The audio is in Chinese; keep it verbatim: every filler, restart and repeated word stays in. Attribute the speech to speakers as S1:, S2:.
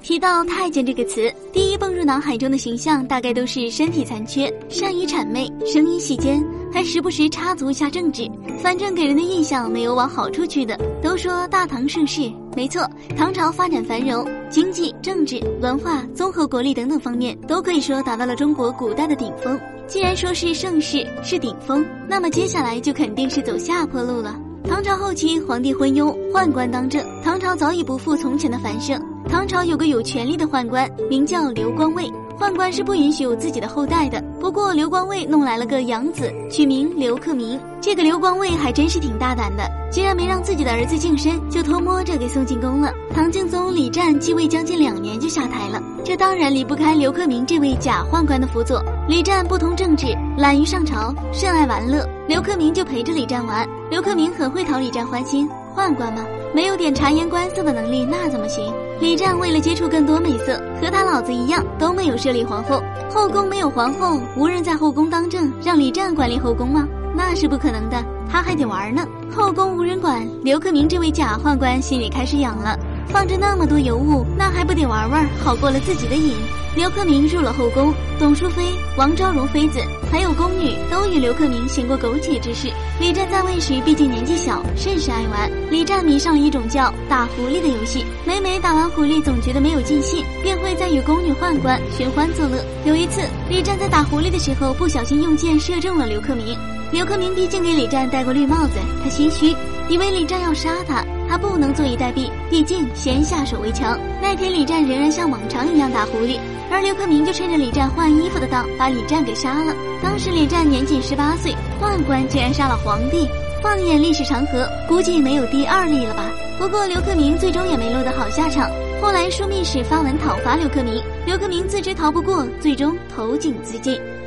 S1: 提到太监这个词，第一蹦入脑海中的形象大概都是身体残缺，善于谄媚，声音细尖，还时不时插足一下政治，反正给人的印象没有往好处去的。都说大唐盛世，没错，唐朝发展繁荣，经济、政治、文化、综合国力等等方面都可以说达到了中国古代的顶峰。既然说是盛世，是顶峰，那么接下来就肯定是走下坡路了。唐朝后期，皇帝昏庸，宦官当政，唐朝早已不复从前的繁盛。唐朝有个有权力的宦官，名叫刘光卫。宦官是不允许有自己的后代的，不过刘光卫弄来了个养子，取名刘克明。这个刘光卫还真是挺大胆的，竟然没让自己的儿子净身，就偷摸着给送进宫了。唐敬宗李湛继位将近两年就下台了，这当然离不开刘克明这位假宦官的辅佐。李湛不通政治，懒于上朝，甚爱玩乐，刘克明就陪着李湛玩。刘克明很会讨李湛欢心，宦官嘛，没有点察言观色的能力那怎么行？李湛为了接触更多美色，和他老子一样都没有设立皇后，后宫没有皇后，无人在后宫当政，让李湛管理后宫吗？那是不可能的，他还得玩呢。后宫无人管，刘克明这位假宦官心里开始痒了，放着那么多尤物，那还不得玩玩，好过了自己的瘾。刘克明入了后宫，董淑妃、王昭容妃子还有宫女都与刘克明行过苟且之事。李湛在位时毕竟年纪小，甚是爱玩。李湛迷上了一种叫打狐狸的游戏，每每打完狐狸总觉得没有尽兴，便会再与宫女宦官寻欢作乐。有一次，李湛在打狐狸的时候不小心用箭射中了刘克明。刘克明毕竟给李湛戴过绿帽子，他心虚，以为李湛要杀他，他不能坐以待毙，毕竟先下手为强。那天李湛仍然像往常一样打狐狸，而刘克明就趁着李湛换衣服的当，把李湛给杀了。当时李湛年仅十八岁，宦官竟然杀了皇帝，放眼历史长河，估计没有第二例了吧。不过刘克明最终也没落得好下场，后来枢密使发文讨伐刘克明，刘克明自知逃不过，最终投井自尽。